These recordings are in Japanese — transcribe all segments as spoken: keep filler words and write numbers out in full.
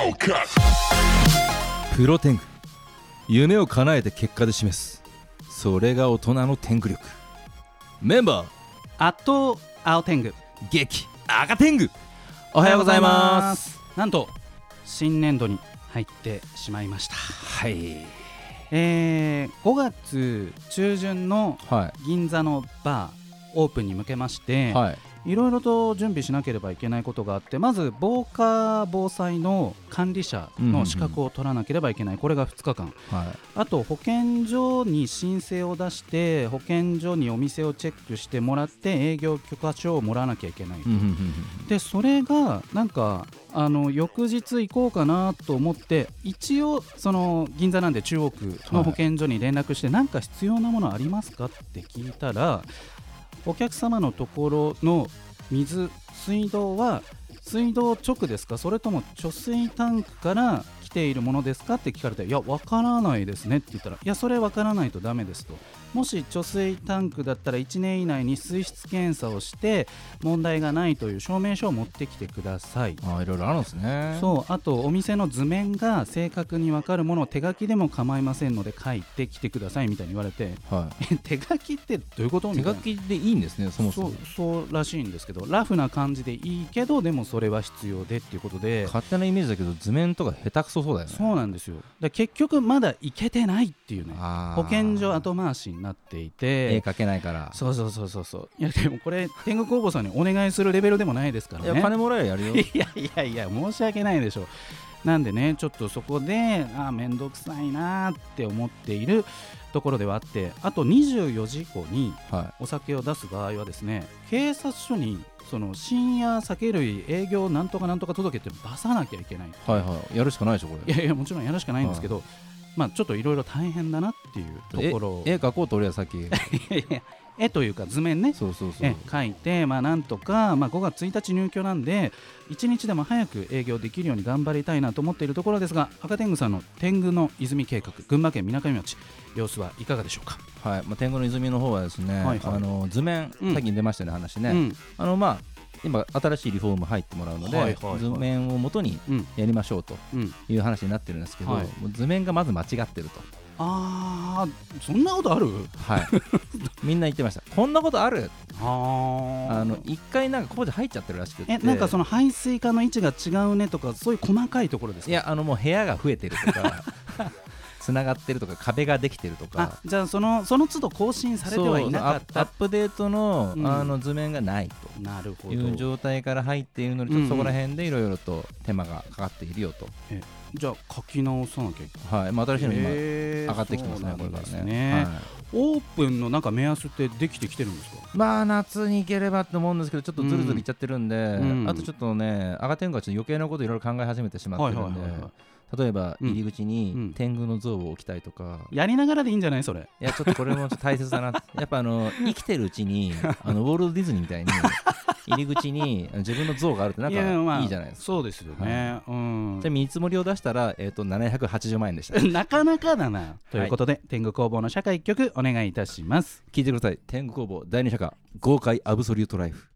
プロテング、夢を叶えて結果で示す、それが大人の天狗力。メンバーアット青天狗、 激赤天狗、おはようございます。 なんと新年度に入ってしまいました。 はい、 えー、ごがつ中旬の銀座のバーオープンに向けまして、はい、いろいろと準備しなければいけないことがあって、まず防火防災の管理者の資格を取らなければいけない、これがふつかかん、はい、あと保健所に申請を出して保健所にお店をチェックしてもらって営業許可証をもらわなきゃいけないと。でそれがなんかあの翌日行こうかなと思って、一応その銀座なんで中央区の保健所に連絡して、何か必要なものありますかって聞いたら、お客様のところの水、水道は水道直ですか、それとも貯水タンクから来ているものですかって聞かれて、いやわからないですねって言ったら、いやそれわからないとダメですと。もし貯水タンクだったらいちねん以内に水質検査をして問題がないという証明書を持ってきてください。 あ、いろいろあるんですね。 そう、あとお店の図面が正確に分かるものを手書きでも構いませんので書いてきてくださいみたいに言われて、はい、手書きってどういうことみたいな。 手書きでいいんですね、そもそも。 そう、そうらしいんですけど、ラフな感じでいいけど、でもそれは必要でっていうことで。 勝手なイメージだけど図面とか下手くそそうだよね。 そうなんですよ。だ結局まだいけてないっていうね、保健所後回しになっていて、 絵描けないから。 そうそうそうそうそう。いやでもこれ天狗工房さんにお願いするレベルでもないですからね。 いや金もらえやるよ。 いやいやいや申し訳ないでしょ。なんでね、ちょっとそこであめんどくさいなって思っているところではあって、あとにじゅうよじ以降にお酒を出す場合はですね、はい、警察署にその深夜酒類営業なんとかなんとか届けって出さなきゃいけない。 はいはい、やるしかないでしょこれ。 いやいやもちろんやるしかないんですけど、はい、まあ、ちょっといろいろ大変だなっていうところを、 絵描こうと俺はさっきいやいや絵というか図面ね、 そうそうそう、 絵描いて、まあ、なんとか、まあ、ごがつついたち入居なんでいちにちでも早く営業できるように頑張りたいなと思っているところですが、赤天狗さんの天狗の泉計画、群馬県みなかみ町、様子はいかがでしょうか。 はい、まあ、天狗の泉の方はですね、はいはい、あの図面、うん、さっき出ましたね話ね、うん、あのまあ今新しいリフォーム入ってもらうので、はいはいはい、図面を元にやりましょうという話になってるんですけど、うんはい、もう図面がまず間違ってると。 あー、そんなことある？ はい、みんな言ってました。こんなことある？ ああの一回なんか工事入っちゃってるらしくて、 えなんかその排水管の位置が違うねとか、そういう細かいところですか？ いや、あのもう部屋が増えてるとかつながってるとか壁ができてるとか。 あ、じゃあそのその都度更新されてはいなかった。 アップデート の,、うん、あの図面がないという状態から入っているので、ちょっとそこら辺でいろいろと手間がかかっているよと。 えじゃあ書き直さなきゃいけない。 はい、まあ、新しいの今上がってきてますね、これからね。はい、 オープンのなんか目安ってできてきてるんですか？ まあ夏に行ければと思うんですけど、ちょっとずるずるいっちゃってるんで、うん、あとちょっとね、赤天狗はちょっと余計なこといろいろ考え始めてしまってるんで、はいはいはいはい、例えば入り口に天狗の像を置きたいとか、 うん、やりながらでいいんじゃないそれ。 いやちょっとこれもちょっと大切だなやっぱあの生きてるうちにあのウォールドディズニーみたいに入り口に自分の像があるってなんかいいじゃないですか。 そうですよね、はい、うん、 じゃあ見積もりを出したら、えー、とななひゃくはちじゅうまんえんでしたなかなかだなということで、はい、天狗工房の社会一曲お願いいたします。 聞いてください。天狗工房だいに社歌豪快アブソリュートライフ。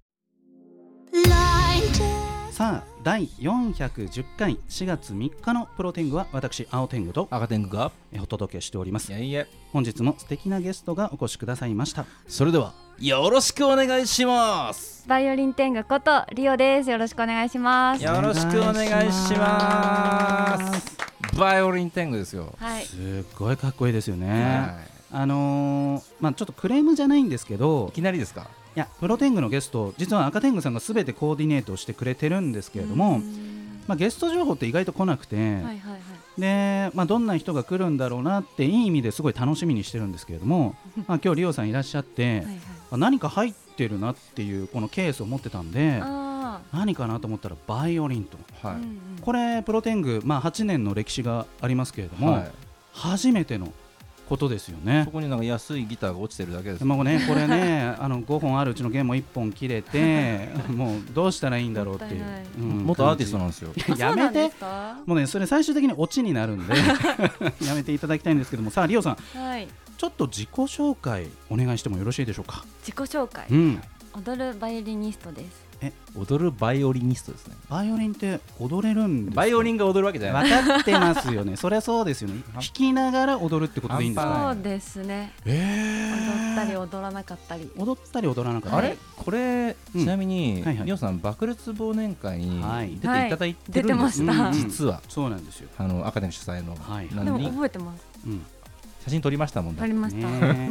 さあだいよんひゃくじゅっかいしがつみっかのプロ天狗は私青天狗と赤天狗がお届けしております。 いやいや、 本日も素敵なゲストがお越しくださいました。 それではよろしくお願いします。 バイオリン天狗ことリオです。よろしくお願いします。 よろしくお願いします。バイオリン天狗ですよ、 はい、 すっごいかっこいいですよね、はい、あのー、まあちょっとクレームじゃないんですけど、 いきなりですか？ いやプロ天狗のゲスト、実は赤天狗さんが全てコーディネートをしてくれてるんですけれども、まあ、ゲスト情報って意外と来なくて、はいはいはい、でまあ、どんな人が来るんだろうなっていい意味ですごい楽しみにしてるんですけれどもまあ今日リオさんいらっしゃってはい、はい、何か入ってるなっていうこのケースを持ってたんで、何かなと思ったらバイオリンと、はい、これプロ天狗、まあ、はちねんの歴史がありますけれども、はい、初めてのことですよね。 そこになんか安いギターが落ちてるだけです。 もうね、これねあのごほんあるうちの弦もいっぽん切れてもうどうしたらいいんだろうっていう、 うん、元アーティストなんですよ。 やめて、もうねそれ最終的にオチになるんでやめていただきたいんですけども、さあリオさん、はい、ちょっと自己紹介お願いしてもよろしいでしょうか？ 自己紹介、 うん、 踊るバイオリニストです。 え踊るバイオリニストですね。 バイオリンって踊れるんですか？ バイオリンが踊るわけじゃない。 分かってますよね。そりゃそうですよね。弾きながら踊るってことでいいんですか？ そうですね、 えー、踊ったり踊らなかったり踊ったり踊らなかったり、 あれこれちなみに、うんはいはい、リオさん爆裂忘年会に出ていただいてるんですよ、 はい、 実は、 うん、そうなんですよ。 あのアカデミー主催の、 はい、 でも覚えてます、 うん、写真撮りましたもんね。 撮りました、ねうん、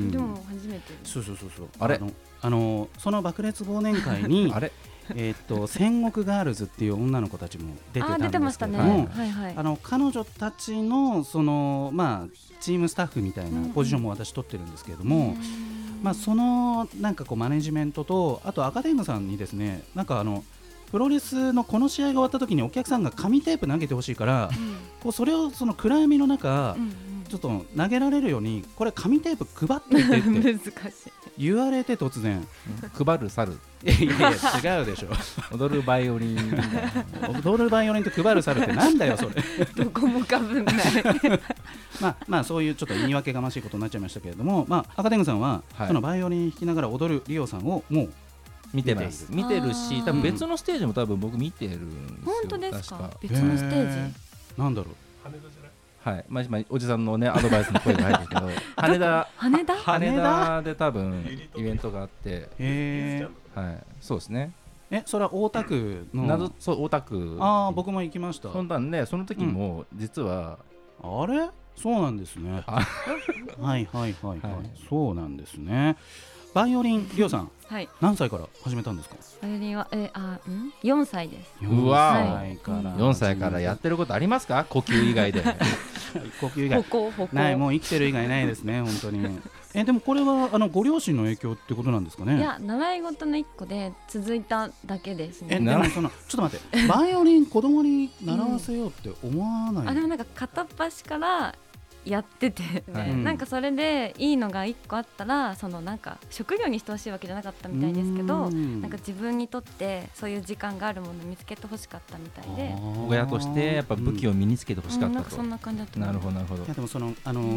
でも初めて。 そうそうそうそう。 あれあのあのその爆裂忘年会にあれえー、と戦国ガールズっていう女の子たちも出てたんですけども、 はいはい、 あの彼女たちのその、まあ、チームスタッフみたいなポジションも私取ってるんですけれども、うんまあ、そのなんかこうマネジメントとあとアカデミーさんにですねなんかあのプロレスのこの試合が終わった時にお客さんが紙テープ投げてほしいから、うん、こうそれをその暗闇の中、うんうん、ちょっと投げられるようにこれ紙テープ配ってってって言われて突然配る猿いやいや違うでしょ踊るバイオリン踊るバイオリンと配る猿ってなんだよそれどこもかぶんないまあまあそういうちょっと言い訳がましいことになっちゃいましたけれども、まあ、赤天狗さんは、はい、そのバイオリン弾きながら踊るリオさんをもう見てます見てるし多分別のステージも多分僕見てるんですよ。 本当ですか？別のステージなんだろう羽田じゃない？はい、まあ、まあ、おじさんのねアドバイスの声が入ってるけど羽田羽田羽田で多分イベントがあってへはい、そうですね。 えそれは大田区の謎そう大田区ああ僕も行きました。 そんなんねその時も実は、 うん、あれそうなんですねはいはいはい、はい、そうなんですね。バイオリンリオさん、はい、何歳から始めたんですか？ バイオリンはえあんよんさいです。 うわーよんさいからやってることありますか？呼吸以外で呼吸以外歩行歩行ないもう生きてる以外ないですね本当にえでもこれはあのご両親の影響ってことなんですかね？ いや習い事の一個で続いただけですね。 えでもそのちょっと待ってバイオリン子供に習わせようって思わない、うん、 あでもなんか片っ端からやってて、ねはい、なんかそれでいいのがいっこあったらそのなんか職業にしてほしいわけじゃなかったみたいですけどなんか自分にとってそういう時間があるものを見つけてほしかったみたいで親としてやっぱ武器を身につけてほしかったと、うん、なんかそんな感じだった。 なるほどなるほど。 いやでもその、あのーうん、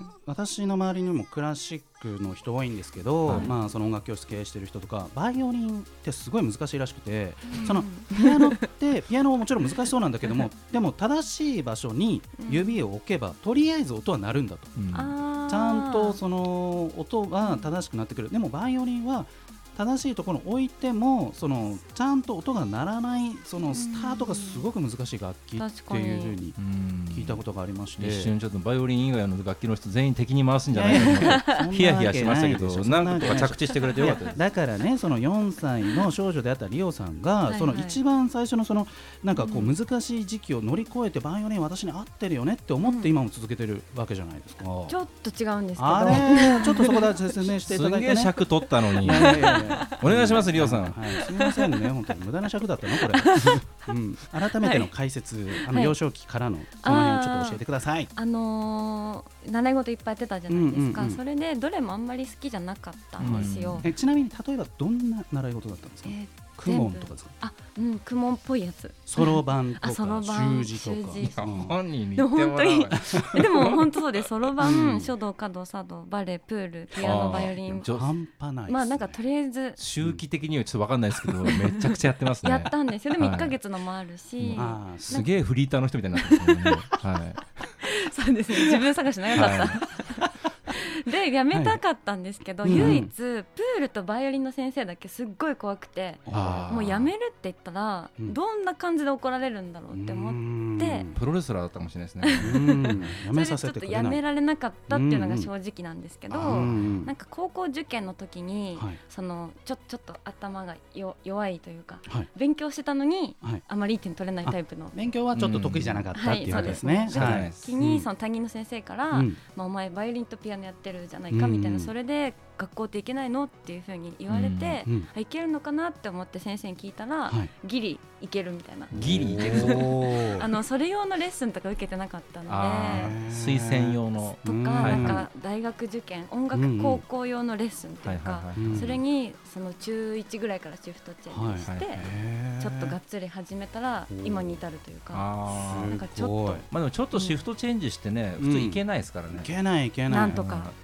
私の周りにもクラシックの人多いんですけど、はいまあ、その音楽教室経営してる人とかバイオリンってすごい難しいらしくて、うん、そのピアノってピアノももちろん難しそうなんだけどもでも正しい場所に指を置けばとりあえず音は鳴るんだと、うん、ちゃんとその音が正しくなってくる。でもバイオリンは正しいところに置いてもそのちゃんと音が鳴らないそのスタートがすごく難しい楽器っていうふうに聞いたことがありまして、 一瞬ちょっとバイオリン以外の楽器の人全員敵に回すんじゃないかとヒヤヒヤしましたけどなんとか着地してくれてよかったです。 だからねそのよんさいの少女であったリオさんがその一番最初のそのなんかこう難しい時期を乗り越えてバイオリン私に合ってるよねって思って今も続けてるわけじゃないですか。 ちょっと違うんですけどあれちょっとそこで説明していただいてね。 すげえ尺取ったのにお願いしますリオさん、はい、 すみませんね本当に無駄な尺だったのこれ、うん、改めての解説、はい、あの幼少期からのその辺をちょっと教えてください。 あのー、習い事いっぱいやってたじゃないですか、うんうんうん、それでどれもあんまり好きじゃなかったんですよ、 うん、えちなみに例えばどんな習い事だったんですか？えークモンとかですか？ あ、うん、クモンっぽいやつ。 ソロ版とか習字とか。 本人に言ってもらう。 でも本当そうです。ソロ版、書道、華道、茶道、バレエ、プール、ピアノ、バイオリン。 半端ない。 まあなんかとりあえず周期的にはちょっと分かんないですけど、めちゃくちゃやってますね。 やったんですよ。でもいっかげつのもあるし。 すげえフリーターの人みたいになってますね。はい。 そうですね。自分探し長かった。でやめたかったんですけど、はい、唯一プールとバイオリンの先生だけすっごい怖くて、もうやめるって言ったらどんな感じで怒られるんだろうって思ってプロレスラーだったかもしれないですね。 うんやめさせてそれでちょっとやめられなかったっていうのが正直なんですけど、なんか高校受験の時に、はい、そのちょ、ちょっと頭がよ弱いというか、はい、勉強してたのに、はい、あまりいい点取れないタイプの勉強はちょっと得意じゃなかったっていうことですね。 その時にその担任の先生から、うんまあ、お前バイオリンとピアノやってるじゃないかみたいな、うん、それで学校っていけないのっていう風に言われて、うんうん、いけるのかなって思って先生に聞いたら、はい、ギリいけるみたいな。 ギリいけるあのそれ用のレッスンとか受けてなかったので推薦用のとか、なんか大学受験音楽高校用のレッスンというか、それにその中いちぐらいからシフトチェンジして、はい、ちょっとがっつり始めたら今に至るというか、なんかちょっと、 まあ、でもちょっとシフトチェンジしてね、うん、普通いけないですからね。 いけないいけない。 なんとか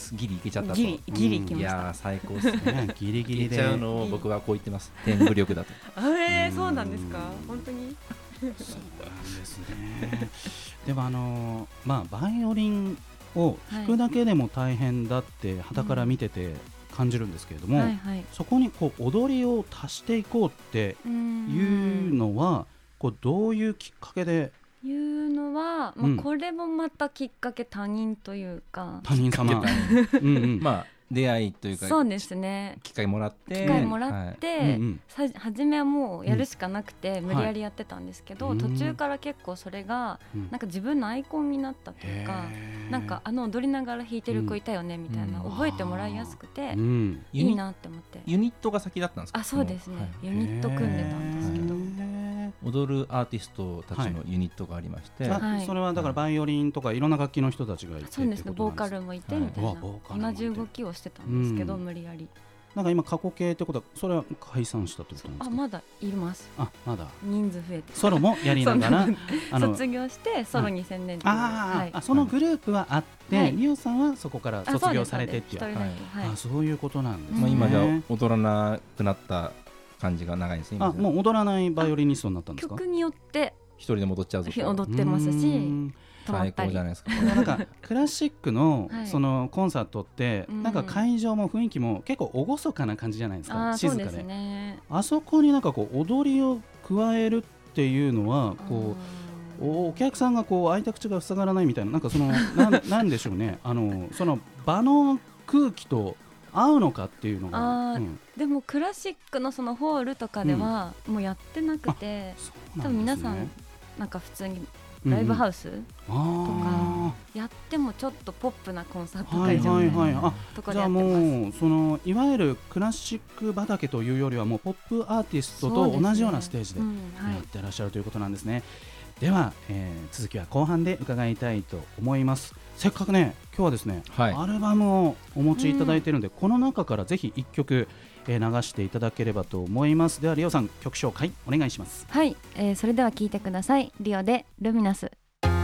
ギリいけちゃったと。 ギリギリいきました。 いや最高ですね。 ギリギリでいっちゃうのを僕はこう言ってます。天賦力だと。 えー、そうなんですか。本当に。 そうなんですね。でもあのー、まあバイオリンを弾くだけでも大変だって傍から見てて感じるんですけれども、はいはい、そこにこう踊りを足していこうっていうのはこうどういうきっかけでいうのは、まあ、これもまたきっかけ他人というか、 他人様うん、うん、まあ出会いというかそうですね、 機会もらって機会もらって、はいうんうん、さ初めはもうやるしかなくて、うん、無理やりやってたんですけど、はい、途中から結構それがなんか自分のアイコンになったというか、うん、なんかあの踊りながら弾いてる子いたよねみたいな、うん、覚えてもらいやすくて、うん、いいなって思って。 ユニットが先だったんですか？ あ、そうですね、はい、ユニット組んでたんですけど、 踊るアーティストたちのユニットがありまして、 はい、それはだからバイオリンとかいろんな楽器の人たちがいて、 そうですね、ボーカルもいてみたいな、はい、同じ動きをしてたんですけど、うん、無理やりなんか今過去形ってことはそれは解散したってことなんですか？ あ、まだいます。 あ、まだ人数増えてソロもやりながらあの卒業してソロに専念という、 あ、はい、あそのグループはあって、はい、リオさんはそこから卒業されてっていう、 そうです、はい、 あ、そういうことなんですね、 まあ、今じゃ踊らなくなった感じが長いですね。 あ、もう踊らないバイオリニストになったんですか？ 曲によって一人でも踊っちゃうぞと。 踊ってますし、 最高じゃないですか。 なんかクラシックのそのコンサートってなんか会場も雰囲気も結構厳かな感じじゃないですか。 あ、 静かで、 そうですね、 あそこになんかこう踊りを加えるっていうのはこうお客さんがこう開いた口が塞がらないみたいな、なんかそのな ん, なんでしょうね、あのその場の空気と合うのかっていうのが、 あ、うん、でもクラシックのそのホールとかではもうやってなくて、うん、多分皆さんなんか普通にライブハウスとかやってもちょっとポップなコンサート会場みたいなところでやってます。じゃあもうそのいわゆるクラシック畑というよりはもうポップアーティストと同じようなステージでやってらっしゃるということなんですね。では、えー、続きは後半で伺いたいと思います。せっかくね今日はですね、はい、アルバムをお持ちいただいているので、うん、この中からぜひいっきょく、えー、流していただければと思います。ではリオさん、曲紹介お願いします。 はい、えー、それでは聴いてください。リオでルミナス。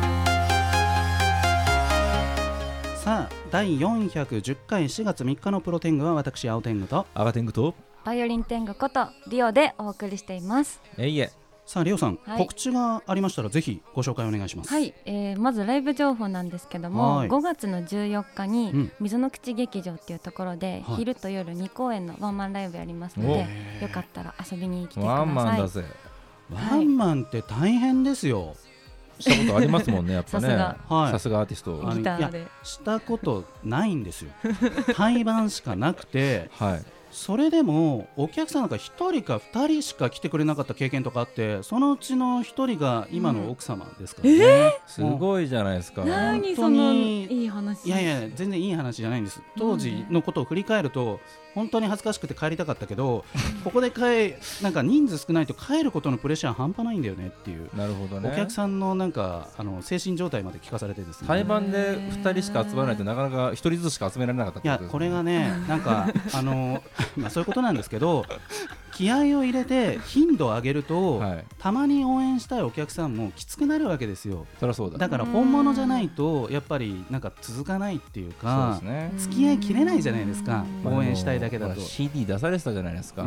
さあだいよんひゃくじゅっかいしがつみっかのプロテングは私青天狗と赤天狗とバイオリン天狗ことリオでお送りしています。 えいえ。 さあリオさん、はい、告知がありましたらぜひご紹介お願いします。 はい、えー、まずライブ情報なんですけども、ごがつのじゅうよっかに溝の口劇場っていうところで、うん、昼と夜にこうえんのワンマンライブやりますので、よかったら遊びに来てください。 ワンマンだぜ。 ワンマンって大変ですよ。 したことありますもんね、やっぱね。さすがアーティスト。 ギターで。 いや、したことないんですよ。対バンしかなくて、はい、それでもお客さんなんかひとりかふたりしか来てくれなかった経験とかあって、そのうちのひとりが今の奥様ですからね、うんえー、 すごいじゃないですか。 何そのいい話。 いやいや全然いい話じゃないんです。当時のことを振り返ると本当に恥ずかしくて帰りたかったけどここで帰なんか人数少ないと帰ることのプレッシャー半端ないんだよねっていう。 なるほどね。 お客さんのなんかあの精神状態まで聞かされてですね、 対バンでふたりしか集まらないとなかなかひとりずつしか集められなかったってことですね。 いやこれがねなんかあのまあそういうことなんですけど気合を入れて頻度を上げると、はい、たまに応援したいお客さんもきつくなるわけですよ。 そりゃそうだ。 だから本物じゃないとやっぱりなんか続かないっていうか、そうですね、付き合いきれないじゃないですか。応援したいだけだと。 シーディー 出されてたじゃないですか、うん、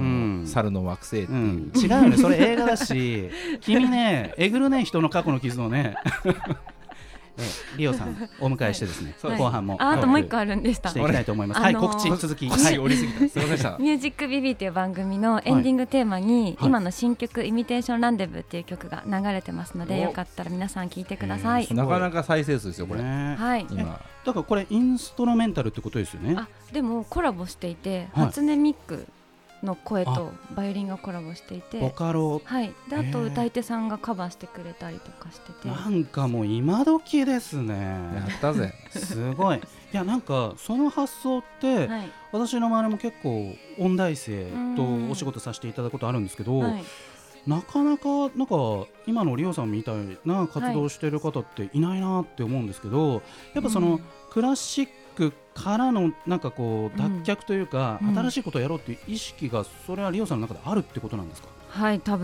猿の惑星っていう、うん、 違うよねそれ映画だし君ねえぐるね人の過去の傷をねえリオさんお迎えしてですね、はい、後半もあ, あともう一個あるんでしたしていきたいと思います、はい、告知続き、はい、 折りすぎたすいませんでした。 ミュージックビビっていう番組のエンディングテーマに、はい、今の新曲イミテーションランデブっていう曲が流れてますので、よかったら皆さん聴いてください。 なかなか再生数ですよこれ、 ね、はい、 今だからこれインストロメンタルってことですよね。 あでもコラボしていて、はい、初音ミクの声とバイオリンがコラボしていて、 ボカロ、 はい、であと歌い手さんがカバーしてくれたりとかしてて、 なんかもう今時ですね。 やったぜすごい。いやなんかその発想って、はい、私の周りも結構音大生とお仕事させていただくことあるんですけど、はい、なかなかなんか今のリオさんみたいな活動してる方っていないなって思うんですけど、はい、やっぱその、うん、クラシックからのなんかこう脱却というか、うん、新しいことをやろうっていう意識がそれはリオさんの中であるってことなんですか？ はい、多分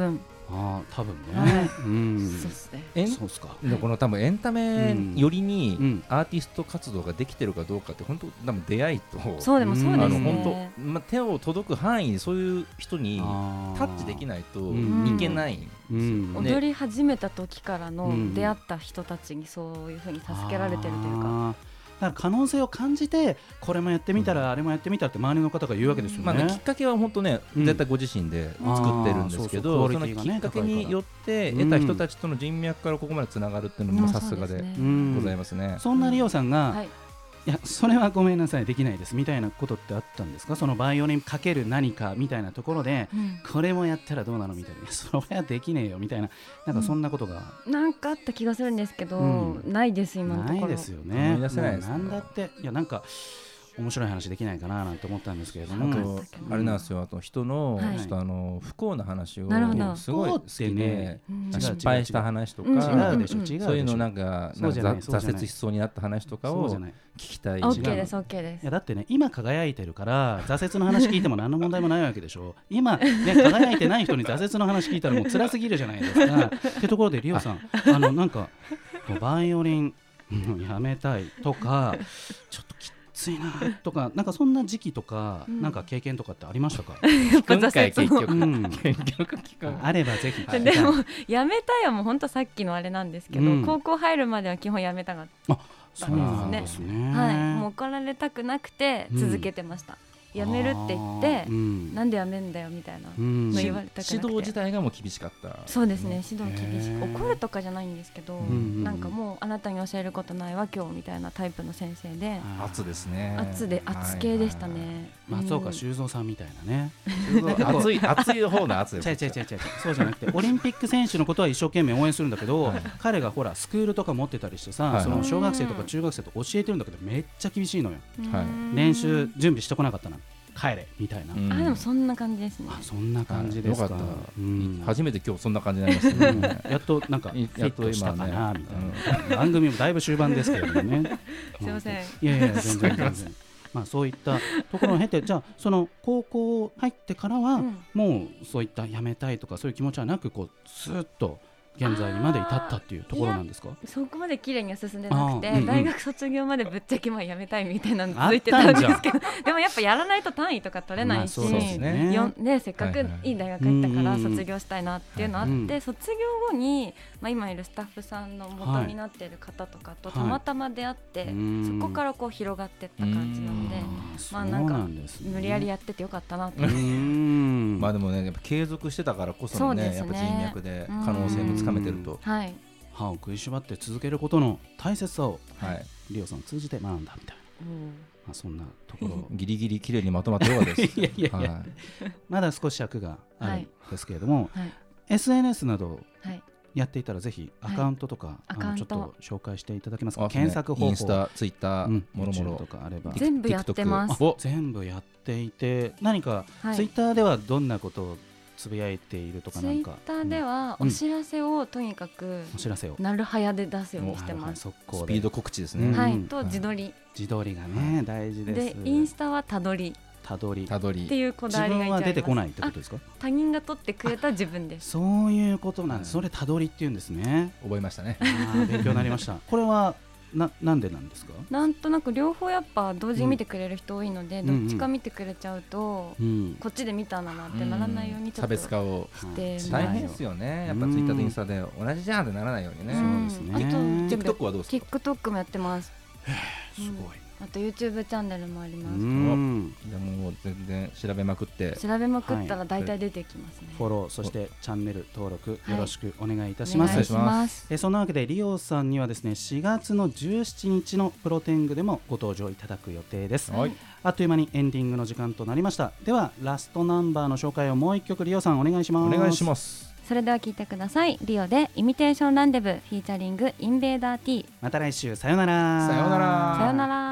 あ多分ね、はい、うん、 そうですね。 エンそうすかこの多分エンタメよりにアーティスト活動ができてるかどうかって本当多分出会いとそうでもそうですね、 本当、ま、手を届く範囲にそういう人にタッチできないといけないんですよ、 うんうん、踊り始めた時からの出会った人たちにそういう風に助けられてるというか、 だから可能性を感じてこれもやってみたら、うん、あれもやってみたって周りの方が言うわけですよね、 まあね、きっかけは本当ね、うん、絶対ご自身で作ってるんですけど、うん、そ, そのきっかけによって得た人たちとの人脈からここまでつながるっていうのもさすがでございますね、うん、 そんなリオさんが、 はい、 いやそれはごめんなさいできないですみたいなことってあったんですか？そのバイオリンかける何かみたいなところで、うん、これもやったらどうなのみたいな、それはできねえよみたいな、なんかそんなことが、 うん、なんかあった気がするんですけど、うん、ないです今のところ。 ないですよね。 思い出せないですね。 なんだっていやなんか面白い話できないかななんて思ったんですけれども、 あとあれなんですよ、あと人の、はい、ちょっとあの不幸な話をすごい好きで、ね、失敗した話とか、 違うでしょ、違うでしょ、 そういうのなんか挫折しそうになった話とかを聞きたい。 OK です OK です。 いやだってね今輝いてるから挫折の話聞いても何の問題もないわけでしょ。今ね輝いてない人に挫折の話聞いたらもう辛すぎるじゃないですかってところでリオさんあのなんかバイオリンやめたいとかちょっときついなとかなんかそんな時期とか、うん、なんか経験とかってありましたか？ 今回結局、 うん、 結局聞かあればぜひ。 でもやめたいはもう本当さっきのあれなんですけど、うん、高校入るまでは基本やめたかったですね。 あ、そうなんですね。 はい、もう怒られたくなくて続けてました、うん、やめるって言って、うん、なんでやめんだよみたいなの言われたくなくて、 指導自体がもう厳しかった。 そうですね、指導厳しい、怒るとかじゃないんですけど、うん、なんかもうあなたに教えることないわ今日みたいなタイプの先生で、 圧ですね。 圧で圧系でしたね。 松岡修造さんみたいなね熱い熱い方の圧です。 違う違う違う違うそうじゃなくてオリンピック選手のことは一生懸命応援するんだけど、はい、彼がほらスクールとか持ってたりしてさ、はい、その小学生とか中学生とか教えてるんだけどめっちゃ厳しいのよ、はい、練習準備してこなかったな帰れみたいな、 うん、あでもそんな感じですね。 あそんな感じですか。 よかった、うん、初めて今日そんな感じになりましたね、 うん、やっとなんかフィットしたかなみたいな、うん、番組もだいぶ終盤ですけれどもねすいません。 いやいや全然全然まあそういったところを経てじゃあその高校入ってからは、うん、もうそういった辞めたいとかそういう気持ちはなくこうスーッと現在にまで至ったっていうところなんですか？ そこまで綺麗には進んでなくて、うんうん、大学卒業までぶっちゃけまあやめたいみたいなの続いてたんですけどでもやっぱやらないと単位とか取れないし、まあねよね、せっかくいい大学行ったから卒業したいなっていうのあって、はいはい、卒業後に、まあ、今いるスタッフさんの元になっている方とかとたまたま出会って、はい、そこからこう広がっていった感じなので、まあなんか無理やりやっててよかったなってまあでもねやっぱ継続してたからこその ね, ねやっぱ人脈で可能性もつかめてると、 はい、 歯を食いしばって続けることの大切さを、はい、リオさんを通じて学んだみたいな、うんまあ、そんなところギリギリ綺麗にまとまってよかったですいやいやいや、はい、まだ少し尺があるんですけれども、はい、エスエヌエス などやっていたらぜひアカウントとか、はい、あのちょっと紹介していただけますか？検索方法、 インスタ、ツイッター、うん、もろもろとかあれば全部やってます。 全部やっていて何か、はい、ツイッターではどんなことをつぶやいているとかなんか。 ツイッターではお知らせをとにかくお知らせをなるはやで出すようにしてます。 速攻でスピード告知ですね、 はい、と自撮り自撮りがね大事です。 でインスタはたどりたどりたどりっていうこだわりが自分は出てこないってことですか？ 他人が撮ってくれた自分です。 そういうことなんです、うん、それたどりっていうんですね。 覚えましたね。 あ勉強になりましたこれはな, なんでなんですか？ なんとなく両方やっぱ同時に見てくれる人多いので、うん、どっちか見てくれちゃうと、うん、こっちで見たんだなってならないようにちょっと、うん、差別化をして大変ですよね。やっぱツイッターとインスタで同じじゃんってならないようにね、うん、そうですね。あと TikTok はどうですか？ TikTok もやってます。 すごい、 あと YouTube チャンネルもあります。 うんじゃあもう全然調べまくって調べまくったら大体出てきますね、 はい、フォローそしてチャンネル登録よろしくお願いいたします、 はい、お願いします。 えそんなわけでリオさんにはですねしがつのじゅうしちにちのプロテングでもご登場いただく予定です、はい、あっという間にエンディングの時間となりました。ではラストナンバーの紹介をもう一曲リオさんお願いします。 お願いします。 それでは聴いてください。リオでイミテーションランデブフィーチャリングインベーダー T。 また来週さよなら。 さよなら。 さよなら。